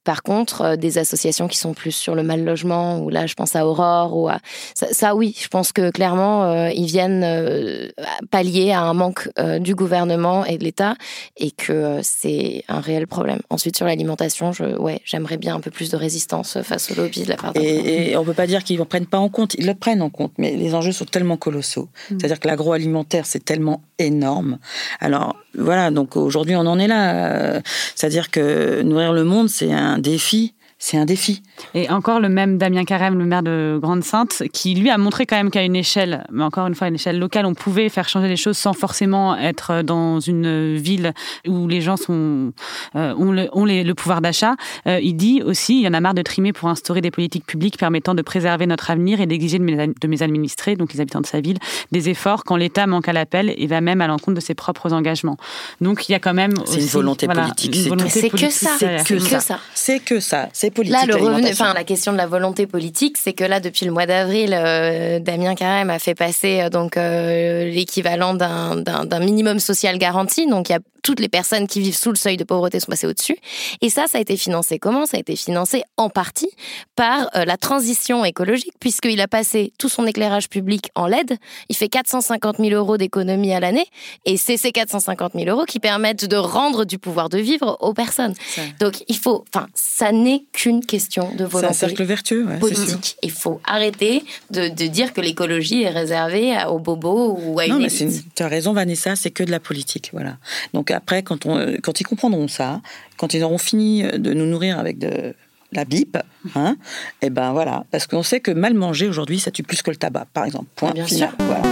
Speaker 2: Par contre, des associations qui sont plus sur le mal logement, ou là je pense à Aurore, ou à ça oui, je pense que clairement ils viennent pallier à un manque du gouvernement et de l'État, et que c'est un réel problème. Ensuite sur l'alimentation, j'aimerais bien un peu plus de résistance face au lobby de la part
Speaker 3: et on peut pas dire qu'ils ne prennent pas en compte, ils le prennent en compte, mais les enjeux sont tellement colossaux. C'est-à-dire que l'agroalimentaire c'est tellement énorme. Alors voilà, donc aujourd'hui on en est là. C'est-à-dire que nourrir le monde c'est un défi. C'est un défi.
Speaker 1: Et encore le même Damien Carême, le maire de Grande-Synthe, qui lui a montré quand même qu'à une échelle, mais encore une fois à une échelle locale, on pouvait faire changer les choses sans forcément être dans une ville où les gens ont le pouvoir d'achat. Il dit aussi, il y en a marre de trimer pour instaurer des politiques publiques permettant de préserver notre avenir et d'exiger de mes administrés, donc les habitants de sa ville, des efforts quand l'État manque à l'appel et va même à l'encontre de ses propres engagements. Donc il y a quand même
Speaker 3: aussi... C'est une volonté politique.
Speaker 2: C'est que ça.
Speaker 3: C'est que ça. C'est politique.
Speaker 2: Là, la question de la volonté politique, c'est que là, depuis le mois d'avril, Damien Carême a fait passer l'équivalent d'un minimum social garanti. Donc, il y a toutes les personnes qui vivent sous le seuil de pauvreté sont passées au-dessus. Et ça a été financé comment ? Ça a été financé en partie par la transition écologique, puisqu'il a passé tout son éclairage public en LED. Il fait 450 000 euros d'économie à l'année. Et c'est ces 450 000 euros qui permettent de rendre du pouvoir de vivre aux personnes. Donc, ça n'est qu'une question de volonté.
Speaker 3: C'est un cercle vertueux,
Speaker 2: politique. Il faut arrêter de dire que l'écologie est réservée aux bobos ou à une élite.
Speaker 3: Non, mais tu as raison, Vanessa, c'est que de la politique, voilà. Donc après, quand ils comprendront ça, quand ils auront fini de nous nourrir avec de la bip, et ben voilà, parce qu'on sait que mal manger aujourd'hui, ça tue plus que le tabac, par exemple. Point
Speaker 2: bien
Speaker 3: final.
Speaker 2: Sûr.
Speaker 3: Voilà.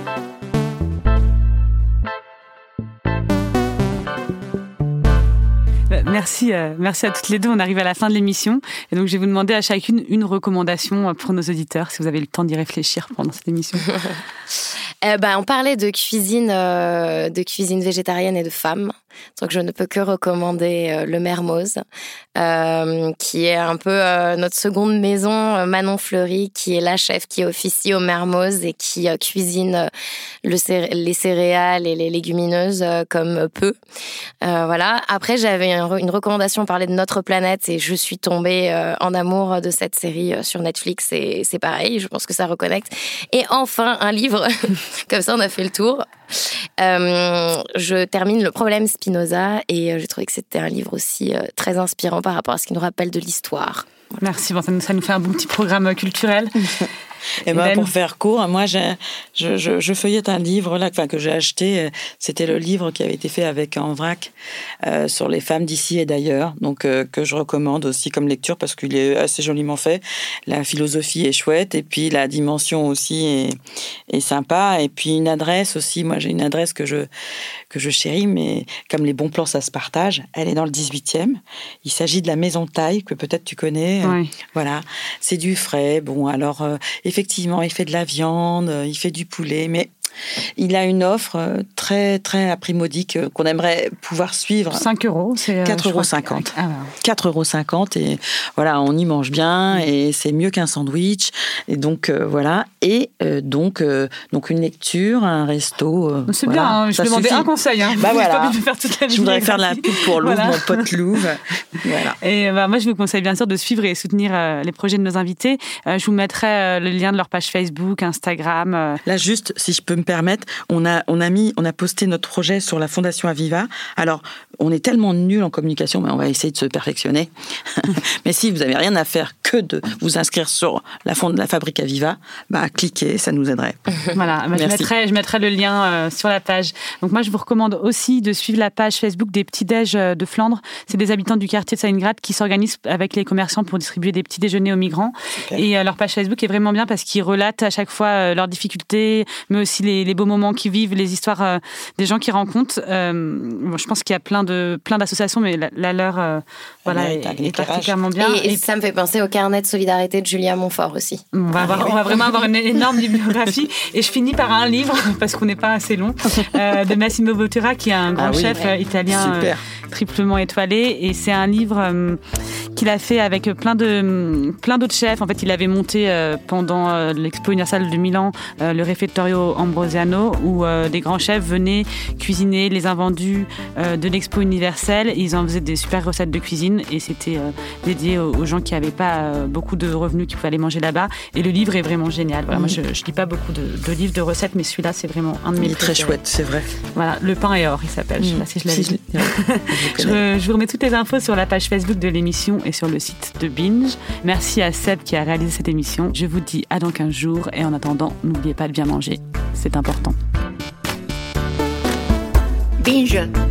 Speaker 1: Merci à toutes les deux. On arrive à la fin de l'émission. Et donc, je vais vous demander à chacune une recommandation pour nos auditeurs, si vous avez le temps d'y réfléchir pendant cette émission.
Speaker 2: On parlait de cuisine végétarienne et de femmes. Donc, je ne peux que recommander le Mermoz, qui est un peu notre seconde maison, Manon Fleury, qui est la chef qui officie au Mermoz et qui cuisine les céréales et les légumineuses comme peu. Voilà. Après, j'avais une recommandation, on parlait de Notre Planète, et je suis tombée en amour de cette série sur Netflix, et c'est pareil, je pense que ça reconnecte. Et enfin, un livre, comme ça on a fait le tour. Je termine Le problème Spinoza, et j'ai trouvé que c'était un livre aussi très inspirant par rapport à ce qui nous rappelle de l'histoire.
Speaker 1: Voilà. Merci, ça nous fait un bon petit programme culturel.
Speaker 3: Et pour faire court, moi, je feuillette un livre là, que j'ai acheté. C'était le livre qui avait été fait avec En Vrac sur les femmes d'ici et d'ailleurs, donc que je recommande aussi comme lecture parce qu'il est assez joliment fait. La philosophie est chouette et puis la dimension aussi est sympa. Et puis une adresse aussi. Moi, j'ai une adresse que je chéris, mais comme les bons plans, ça se partage. Elle est dans le 18e. Il s'agit de la Maison Taille, que peut-être tu connais.
Speaker 1: Oui.
Speaker 3: Voilà. C'est du frais. Bon, alors, effectivement, il fait de la viande, il fait du poulet, mais il a une offre très, très à prix modique qu'on aimerait pouvoir suivre.
Speaker 1: 5 euros, c'est
Speaker 3: 4,50 €. 4,50 €, et voilà, on y mange bien, et c'est mieux qu'un sandwich. Et donc, voilà. Et donc une lecture, un resto.
Speaker 1: C'est
Speaker 3: voilà.
Speaker 1: bien, hein, je demandais un conseil.
Speaker 3: Voilà.
Speaker 1: Je
Speaker 3: voudrais faire de la pub pour Louvre, mon pote Louvre. Voilà.
Speaker 1: Et moi, je vous conseille bien sûr de suivre et soutenir les projets de nos invités. Je vous mettrai le lien de leur page Facebook, Instagram.
Speaker 3: Là, juste, si je peux me permettre, on a posté notre projet sur la Fondation Aviva. Alors, on est tellement nuls en communication, mais on va essayer de se perfectionner. Mais si vous n'avez rien à faire que de vous inscrire sur la Fabrique Aviva, cliquez, ça nous aiderait.
Speaker 1: Voilà, je mettrai le lien sur la page. Donc moi, je vous recommande aussi de suivre la page Facebook des Petits-Déj de Flandre. C'est des habitants du quartier de Stalingrad qui s'organisent avec les commerçants pour distribuer des petits déjeuners aux migrants. Super. Et leur page Facebook est vraiment bien parce qu'ils relatent à chaque fois leurs difficultés, mais aussi les beaux moments qu'ils vivent, les histoires des gens qu'ils rencontrent. Je pense qu'il y a plein d'associations, mais la leur est particulièrement bien.
Speaker 2: Et ça me fait penser au carnet de solidarité de Julia Montfort aussi.
Speaker 1: On va vraiment avoir une énorme bibliographie. Et je finis par un livre, parce qu'on n'est pas assez long, de Massimo Bottura, qui est un grand chef italien triplement étoilé. Et c'est un livre qu'il a fait avec plein d'autres chefs. En fait, il avait monté pendant l'Expo Universelle de Milan le Refettorio Ambrosiano, où des grands chefs venaient cuisiner les invendus de l'Expo Universelle. Ils en faisaient des super recettes de cuisine et c'était dédié aux gens qui n'avaient pas beaucoup de revenus, qui pouvaient aller manger là-bas. Et le livre est vraiment génial. Voilà, moi, je lis pas beaucoup de livres de recettes, mais celui-là, c'est vraiment un de mes préférés.
Speaker 3: Il est très chouette, c'est vrai.
Speaker 1: Voilà, Le pain et or, il s'appelle. Je sais pas si je l'avais dit. Je vous remets toutes les infos sur la page Facebook de l'émission et sur le site de Binge. Merci à Seb qui a réalisé cette émission. Je vous dis à dans 15 jours et en attendant, n'oubliez pas de bien manger. C'est important.
Speaker 4: Binge.